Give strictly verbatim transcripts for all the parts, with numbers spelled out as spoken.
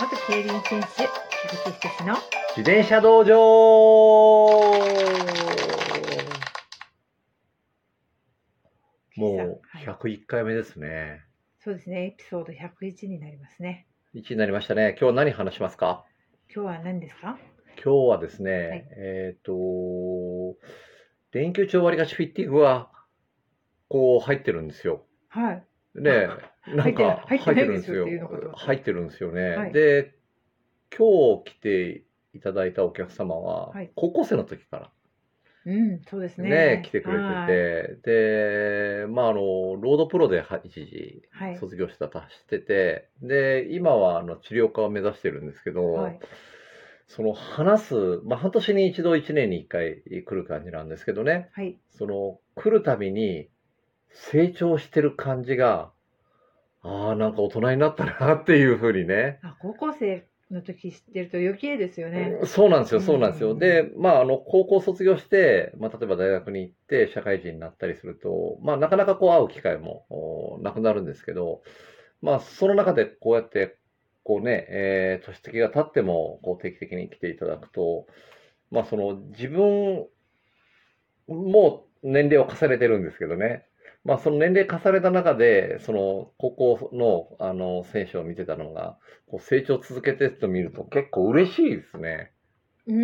元競輪選手、菊池仁の自転車道場。もうひゃくいっかいめですね。 そうですね、エピソードひゃくいちになりますね。 いちになりましたね。今日何話しますか？ 今日は何ですか？ 今日はですね、 はい、 えっ、と、連休中割りかしフィッティングはこう入ってるんですよ。 はい。 で、なんか入ってない入ってるんですよ。 入ってないですよっていうのかと思った。 入ってるんですよね。 はいで、今日来ていただいたお客様ははい、 高校生の時からうん、そうですね。 ね、来てくれはいてて、で、まあ、あの、ロードプロでは一時はい卒業したとしてて、で、今はあの治療家を目指してるんですけど、 はいその話す、まあ、半年に一度、一年に一回来る感じなんですけどね、 はい。 その来るたびに成長してる感じが、ああ、なんか大人になったなっていうふうにね。 あ、高校生の時知ってると余計ですよね。 そうなんですよ、 うんそうなんですよ。で、まあ、あの、高校卒業して、まあ、例えば大学に行って社会人になったりすると、まあ、なかなかこう会う機会もおなくなるんですけど、まあ、その中でこうやって、こうね、えー、年月が経っても、こう定期的に来ていただくと、まあ、その自分も年齢を重ねてるんですけどね。まあ、その年齢重ねた中で、その高校の、あの、選手を見てたのが、こう成長を続けてると見ると結構嬉しいですね。 うん、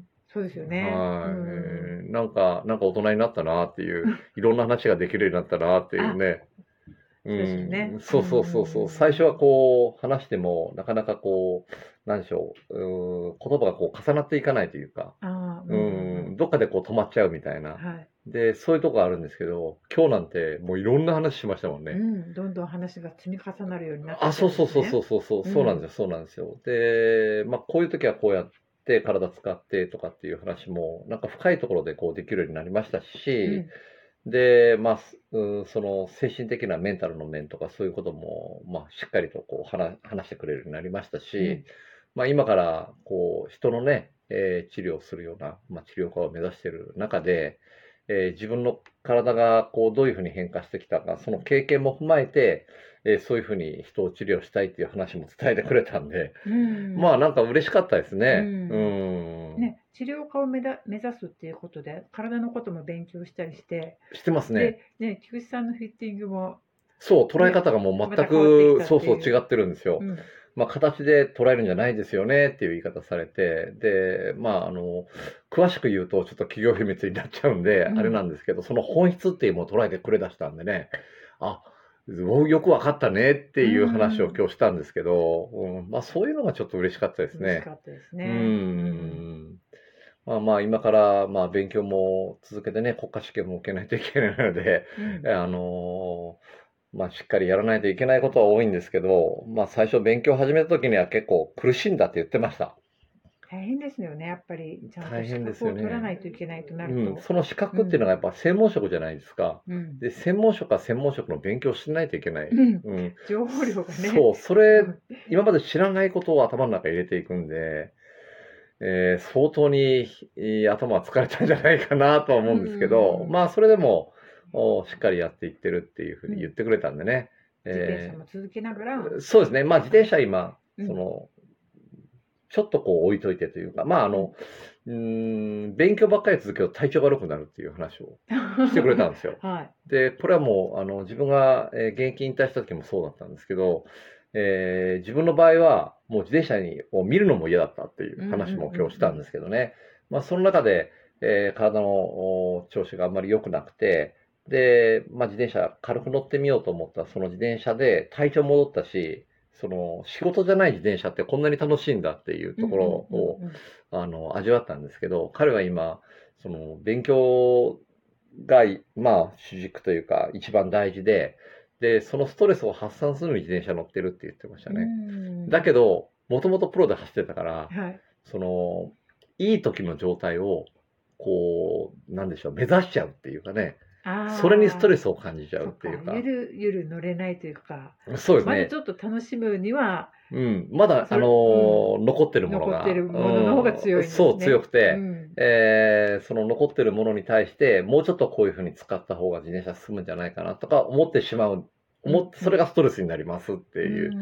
そうですよね。 はい、 うんえーなんか、なんか大人になったなっていう、いろんな話ができるようになったなっていうね。うそうですよねん、そうそうそうそう。 うん最初はこう、話しても、なかなかこう、なんでしょう、うーん言葉がこう重なっていかないというか、 ああ、 ううんん、どっかでこう止まっちゃうみたいな。 はい。 で、そういうとこあるんですけど、今日なんてもういろんな話しましたもんね。 うん、どんどん話が積み重なるようになってあ、 きたんそうですね。 そうそうそうそう、そうなんですよ、そうなんですよ。で、まあ、こういう時はこうやって体使ってとかっていう話も、なんか深いところでこうできるようになりましたし、で、まあ、すうんその精神的なメンタルの面とかそういうことも、まあ、しっかりとこう話話してくれるようになりましたし、 うんまあ、今からこう人のね、えー治療をするような、まあ、治療家を目指している中で、えー自分の体がこうどういうふうに変化してきたか、その経験も踏まえて、えーそういうふうに人を治療したいっていう話も伝えてくれたんで、 うんまあなんか嬉しかったですね。 ううんん。 ね、治療家を目だ目指すっていうことで体のことも勉強したりして、 してますね。 で、ね、菊池さんのフィッティングも、 そう、捉え方がもう全また変わってきく、 たっていうそうそう違ってるんですよ。 うんまあ、形で捉えるんじゃないですよねっていう言い方されて、で、まあ、あの、詳しく言うとちょっと企業秘密になっちゃうんで、 うんあれなんですけど、その本質っていうのを捉えてくれだしたんでね、あ、よくわかったねっていう話を今日したんですけど、うんまあ、そういうのがちょっと嬉しかったですね。 嬉しかったですうね。 ん。まあまあ、今から、まあ、勉強も続けてね、国家試験も受けないといけないので、 うんあのまあ、しっかりやらないといけないことは多いんですけど、まあ、最初勉強を始めた時には結構苦しいんだって言ってました。 大変ですよね、やっぱりちゃんと大資変ですよね。 格を取らないといけないとなるうん、 と。 その資格っていうのがやっぱ専門職じゃないですか。 うんで、専門職は専門職の勉強をしないといけない。 うんうん。 情報量がね。 そう、それ、今まで知らないことを頭の中に入れていくんで、えー相当にいい頭は疲れたんじゃないかなとは思うんですけど、 うんまあ、それでも、おしっかりやっていってるっていうふうに言ってくれたんでね。 自転車えも続けながら、 ーそうですね。まあ、自転車今、 うんその、ちょっとこう置いといてというか、まあ、あの、うーん、勉強ばっかり続けると体調が悪くなるっていう話をしてくれたんですよ。 はい。 で、これはもう、あの、自分が、えー現役引退した時もそうだったんですけど、えー自分の場合は、もう自転車にを見るのも嫌だったっていう話も今日したんですけどね。まあ、その中で、えー体のお調子があんまり良くなくて、で、まあ、自転車軽く乗ってみようと思ったら、その自転車で体調戻ったし、その仕事じゃない自転車ってこんなに楽しいんだっていうところを、 うんうんうんうんあの、味わったんですけど、彼は今、その、勉強が、まあ、主軸というか、一番大事で、で、そのストレスを発散するのに自転車乗ってるって言ってましたね。 うんだけど、もともとプロで走ってたから、 はい。 その、いい時の状態を、こう、なんでしょう、目指しちゃうっていうかね、 あそれにストレススを感じちゃうっていうか、 ゆるゆる乗れないというか、 そうですねまだち。ょっと楽しむにはうん、まだ、 それあのー残ってるものが、 残ってるものの方が強いんですね。 うんそう、強くて、 うんえーその残ってるものに対して、もうちょっとこういうふうに使った方が自転車進むんじゃないかなとか思ってしまう、思って、それがストレスになりますっていう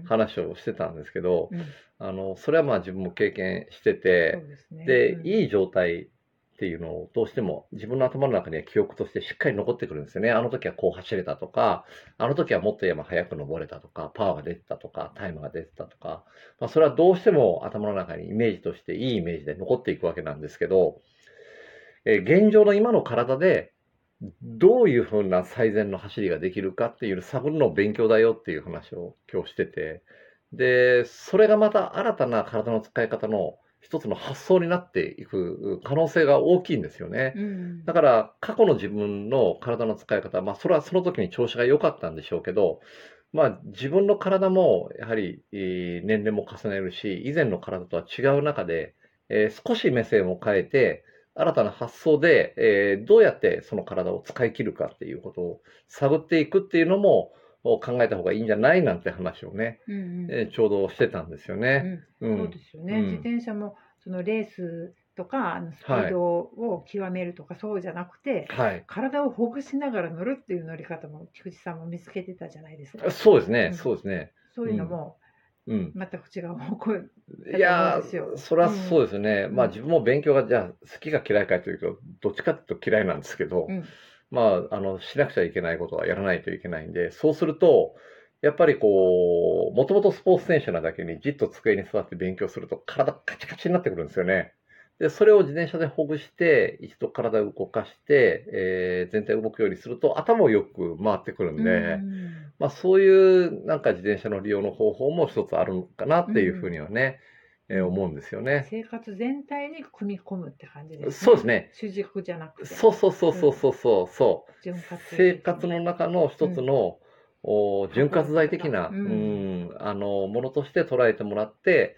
話をしてたんですけど、 うん、 あの、それはまあ自分も経験してそて、 うですね。 で、 うん、 いい状態っていうのをどうしても自分の頭の中には記憶としてしっかり残ってくるんですよね。あの時はこう走れたとか、あの時はもっと山早く登れたとか、パワーが出てたとか、タイムが出てたとか、まあ、それはどうしても頭の中にイメージとしていいイメージで残っていくわけなんですけど、えー現状の今の体でどういうふうな最善の走りができるかっていうのを探るのを勉強だよっていう話を今日してて、で、それがまた新たな体の使い方の一つの発想になっていく可能性が大きいんですよね。 うん、 だから過去の自分の体の使い方、まあそれはその時に調子が良かったんでしょうけど、まあ自分の体もやはりえー年齢も重ねるし、以前の体とは違う中で、えー少し目線を変えて、新たな発想で、えーどうやってその体を使い切るかっていうことを探っていくっていうのも考えた方がいいんじゃないなんて話をね、 うん、うん、 えーちょうどしてたんですよね。 うん、そうですよね。自うん。 転車もそのレースとかあのスピーはい。 ドを極めるとかそうじゃなくて、 はい。 体をほぐしながら乗るっていう乗り方も菊池さんも見つけてたじゃないですか。 そうですね。 うん、 そうですね。 そううん。 いうのもうん。 全く違う方向だと思うんいやですよ。 ー、そりゃうん、 そうですね。まあうん、 自分も勉強がじゃあ好きか嫌いかというと、どっちかというと嫌いなんですけど、 うん、 まあ、あの、しなくちゃいけないことはやらないといけないんで、そうすると、やっぱりこう、もともとスポーツ選手なだけにじっと机に座って勉強すると体カチカチになってくるんですよね。で、それを自転車でほぐして、一度体を動かして、えー全体動くようにすると頭もよく回ってくるうんで、 ん、 まあそういうなんか自転車の利用の方法も一つあるのかなっていうふううん、 にはね、えーうん。 思うんですよね。 生活全体に組み込むって感じですね。 そうですね。 主軸じゃなくて。 そうそうそううん、 そうそうそうそう。 潤滑生的に。 活の中の一つうん、 の、お潤運滑ぶとか。 剤的な、ううん、 ん、あの、ものとして捉えてもらって、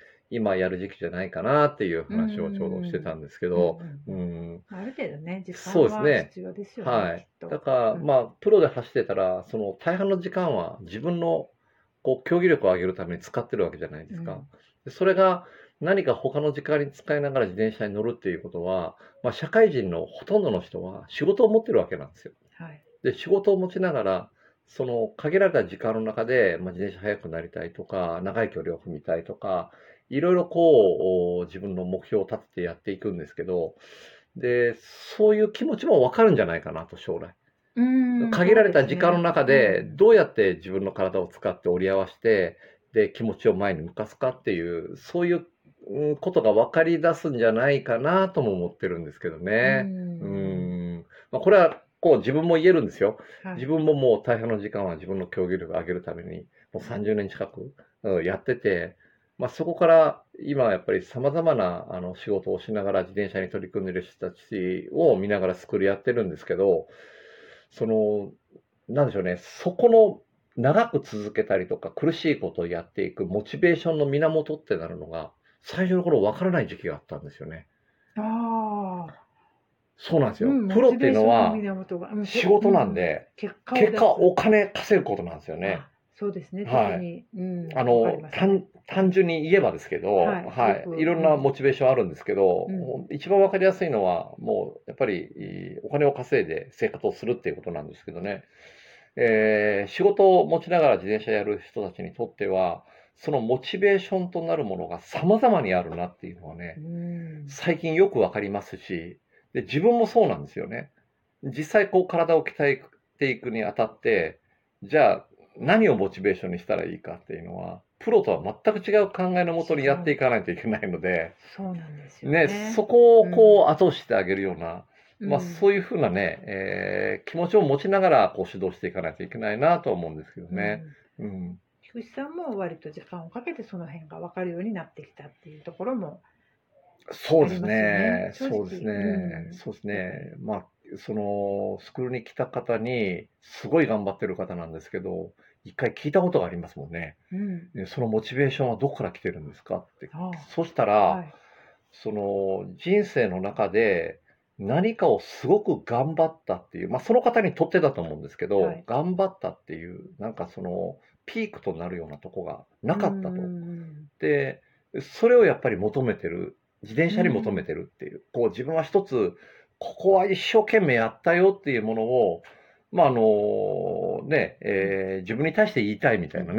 今やる時期じゃないかなっていううん、 話をちょうどしてたんですけうん、 ど、 うん、 ううん。 ん、 ある程度ね、時そう間はですね。 必要ですよね、 はい。 きっと。 だから、 うん、 まあ、プロで走ってたら、その大半の時間は自分の、こう、競技力を上げるために使ってるわけじゃないですか。 うん、 でそれが何か他の時間に使いながら自転車に乗るっていうことは、まあ、社会人のほとんどの人は仕事を持ってるわけなんですよ。 はい。 で、仕事を持ちながら、その限られた時間の中で、まあ、自転車速くなりたいとか、長い距離を踏みたいとか、いろいろこう、お自分の目標を立ててやっていくんですけど、で、そういう気持ちもわかるんじゃないかなと、将来。 うーん、そうで限られたすね。 時間の中うで、 ん、 どうやって自分の体を使って折り合わせて、で、気持ちを前に向かすかっていう、そういううんことが分かり出すんじゃないかなとも思ってるんですけどうね。うーん、 ん。まあ、これは、こう自分も言えるんですよ。自はい。 分ももう大半の時間は自分の競技力を上げるために、もうさんじゅうねん近く、うんやってて、まあ、そこから今はやっぱり様々なあの仕事をしながら自転車に取り組んでいる人たちを見ながらスクールやってるんですけど、その、なんでしょうね、そこの長く続けたりとか苦しいことをやっていくモチベーションの源ってなるのが、最初の頃分からない時期があったんですよね。 ああ、 そうなんですよ。 うん、モプロっていうチベーションののは源が、うん、け、う仕事なんん、 で、 結果を結果出す。 お金稼ぐことなんですよね。 あ、そうですね。特はい。 に、うん、わかりあの、 ますね。 単単純に言えばですけど、 はい。 はい。いよく、 ろんなうん、 モチベーションあるんですけど、 うん、 一番わかりやすいのは、もうやっぱりいお金を稼いで生活をするっていうことなんですけどね。えー仕事を持ちながら自転車やる人たちにとっては、そのモチベーションとなるものが様々にあるなっていうのはうね、 ん、 最近よくわかりますし、で、自分もそうなんですよね。実際こう体を鍛えていくにあたって、じゃあ何をモチベーションにしたらいいかっていうのは、プロとは全く違う考えのもとにやってい違う。 かないといけないので、 そうなんですよね、そね。 こをうん、 こう後押ししてあげるような、まあうん、 そういうふうなね、えー気持ちを持ちながらこう指導していかないといけないなと思うんですけどね。 うん。 うん。 菊池さんも割と時間をかけてその辺が分かるようになってきたっていうところもそうですありますよね。 ね。 正そうです直、うね。 ん、 そうですやっぱり。 ね。まあ、その、スクールに来た方に、すごい頑張ってる方なんですけど、一回聞いたことがありますもんね。 うん。 でそのモチベーションはどこから来てるんですかって。 あそしたあ、 ら、 はい。 その人生の中で何かをすごく頑張ったっていう、まあその方にとってだと思うんですけど、 はい。 頑張ったっていう、なんかそのピークとなるようなとこがなうかったと。 ん。 で、それをやっぱり求めてる。自転う車に求めん。 てるっていう。こう自分は一つ、ここは一生懸命やったよっていうものを、まああのね、 うん。 えー自分に対して言いたいみたうん。 いなね。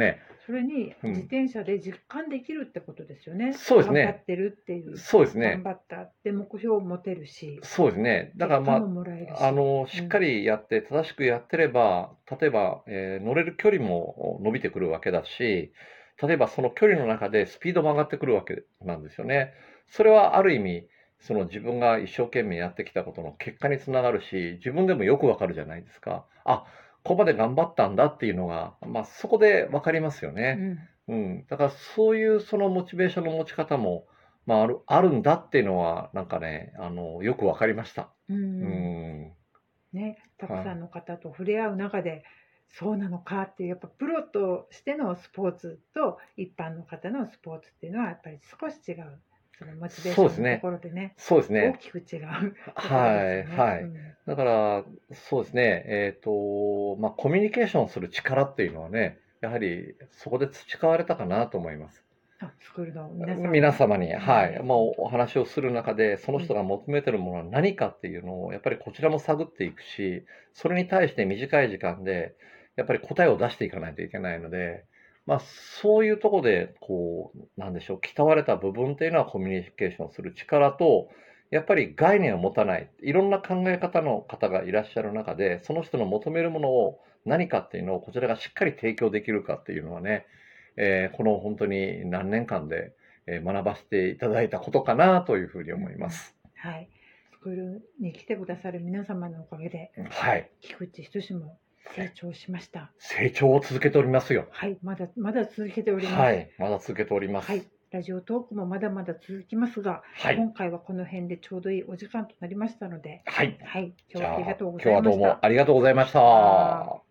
それにうん自転車で実感できるってことですよね。 そうですね頑張ってるっていう。 そうですね頑。張ったって目標を持てるし、 そうですね。だから結果もまもらえるし。 あ、あの、しっかりやって、正しくやってれば、例えば、えー乗れる距離も伸びてくるわけだし、例えばその距離の中でスピードも上がってくるわけなんですよね。それはある意味、その自分が一生懸命やってきたことの結果につながるし、自分でもよくわかるじゃないですか。あ、ここまで頑張ったんだっていうのが、まあそこでわかりますようね。 ん。 うん。だからそういうそのモチベーションの持ち方も、まあある、あるんだっていうのは、なんかね、あの、よくわかりました。 う。 うんん。 ね、たくはい。 さんの方と触れ合う中で、そうなのかっていう、やっぱプロとしてのスポーツと一般の方のスポーツっていうのはやっぱり少し違う。そのモチベーションのとそうですね。 ころでね、 そうですね。 大きく違うところはい、 ですよね。 はい。 うん。 だから、そうですね。えっと、まあ、コミュニケーションする力っていうのはね、やはりそこで培われたかなと思います。 あ、スクールの皆さんは。 皆様に、はい。 うん。 もうお話をする中で、そのうん。 人が求めてるものは何かっていうのを、やっぱりこちらも探っていくし、それに対して短い時間で、やっぱり答えを出していかないといけないので、まあ、そういうところで、こう、なんでしょう、鍛われた部分っていうのはコミュニケーションする力と、やっぱり概念を持たない、いろんな考え方の方がいらっしゃる中で、その人の求めるものを何かっていうのをこちらがしっかり提供できるかっていうのはね、えーこの本当に何年間で、えー学ばせていただいたことかなというふうにうん思います。 はい。スクールに来てくださる皆様のおかげで、 はい。 菊池仁も成長しました。 成長を続けておりますよ。 はい。まだまだ続けております。 はい。まだ続けております。 はい。ラジオトークもまだまだ続きますが、 はい。 今回はこの辺でちょうどいいお時間となりましたので、 はい。 はい。今じゃあ、 日はありがとうご今日はどうざいました。 もありがとうございました。